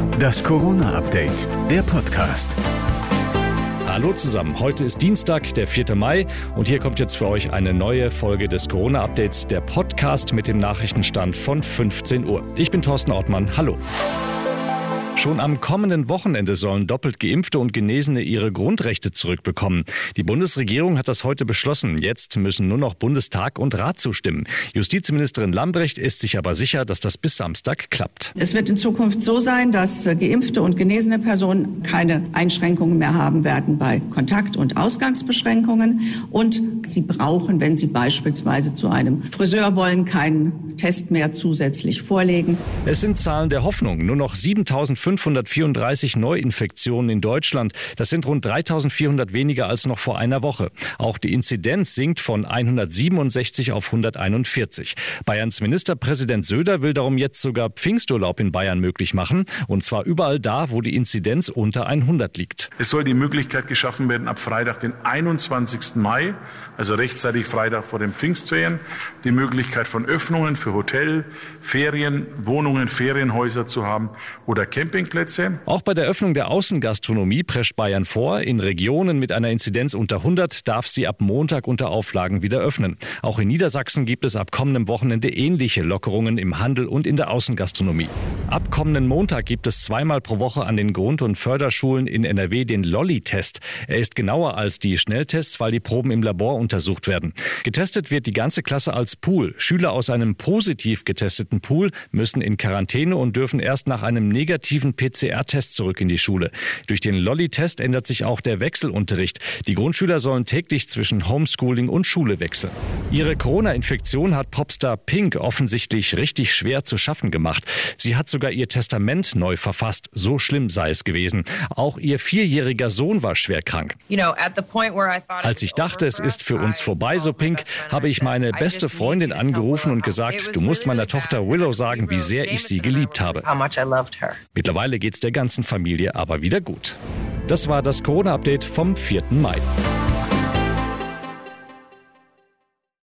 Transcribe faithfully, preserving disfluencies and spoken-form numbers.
Das Corona-Update, der Podcast. Hallo zusammen, heute ist Dienstag, der vierte Mai und hier kommt jetzt für euch eine neue Folge des Corona-Updates, der Podcast mit dem Nachrichtenstand von fünfzehn Uhr. Ich bin Thorsten Ortmann, hallo. Schon am kommenden Wochenende sollen doppelt Geimpfte und Genesene ihre Grundrechte zurückbekommen. Die Bundesregierung hat das heute beschlossen. Jetzt müssen nur noch Bundestag und Rat zustimmen. Justizministerin Lambrecht ist sich aber sicher, dass das bis Samstag klappt. Es wird in Zukunft so sein, dass geimpfte und genesene Personen keine Einschränkungen mehr haben werden bei Kontakt- und Ausgangsbeschränkungen. Und sie brauchen, wenn sie beispielsweise zu einem Friseur wollen, keinen Test mehr zusätzlich vorlegen. Es sind Zahlen der Hoffnung. Nur noch siebentausendfünfhundertvierunddreißig Neuinfektionen in Deutschland. Das sind rund dreitausendvierhundert weniger als noch vor einer Woche. Auch die Inzidenz sinkt von hundertsiebenundsechzig auf hunderteinundvierzig. Bayerns Ministerpräsident Söder will darum jetzt sogar Pfingsturlaub in Bayern möglich machen. Und zwar überall da, wo die Inzidenz unter hundert liegt. Es soll die Möglichkeit geschaffen werden, ab Freitag, den einundzwanzigsten Mai, also rechtzeitig Freitag vor den Pfingstferien, die Möglichkeit von Öffnungen für Hotel, Ferien, Wohnungen, Ferienhäuser zu haben oder Campingplätze. Auch bei der Öffnung der Außengastronomie prescht Bayern vor. In Regionen mit einer Inzidenz unter hundert darf sie ab Montag unter Auflagen wieder öffnen. Auch in Niedersachsen gibt es ab kommendem Wochenende ähnliche Lockerungen im Handel und in der Außengastronomie. Ab kommenden Montag gibt es zweimal pro Woche an den Grund- und Förderschulen in N R W den Lolli-Test. Er ist genauer als die Schnelltests, weil die Proben im Labor untersucht werden. Getestet wird die ganze Klasse als Pool. Schüler aus einem positiv getesteten Pool müssen in Quarantäne und dürfen erst nach einem negativen P C R-Test zurück in die Schule. Durch den Lolli-Test ändert sich auch der Wechselunterricht. Die Grundschüler sollen täglich zwischen Homeschooling und Schule wechseln. Ihre Corona-Infektion hat Popstar Pink offensichtlich richtig schwer zu schaffen gemacht. Sie hat sogar ihr Testament neu verfasst. So schlimm sei es gewesen. Auch ihr vierjähriger Sohn war schwer krank. Als ich dachte, es ist für uns vorbei, so Pink, habe ich meine beste Freundin angerufen und gesagt, du musst meiner Tochter Willow sagen, wie sehr ich sie geliebt habe. Mittlerweile geht's der ganzen Familie aber wieder gut. Das war das Corona-Update vom vierten Mai.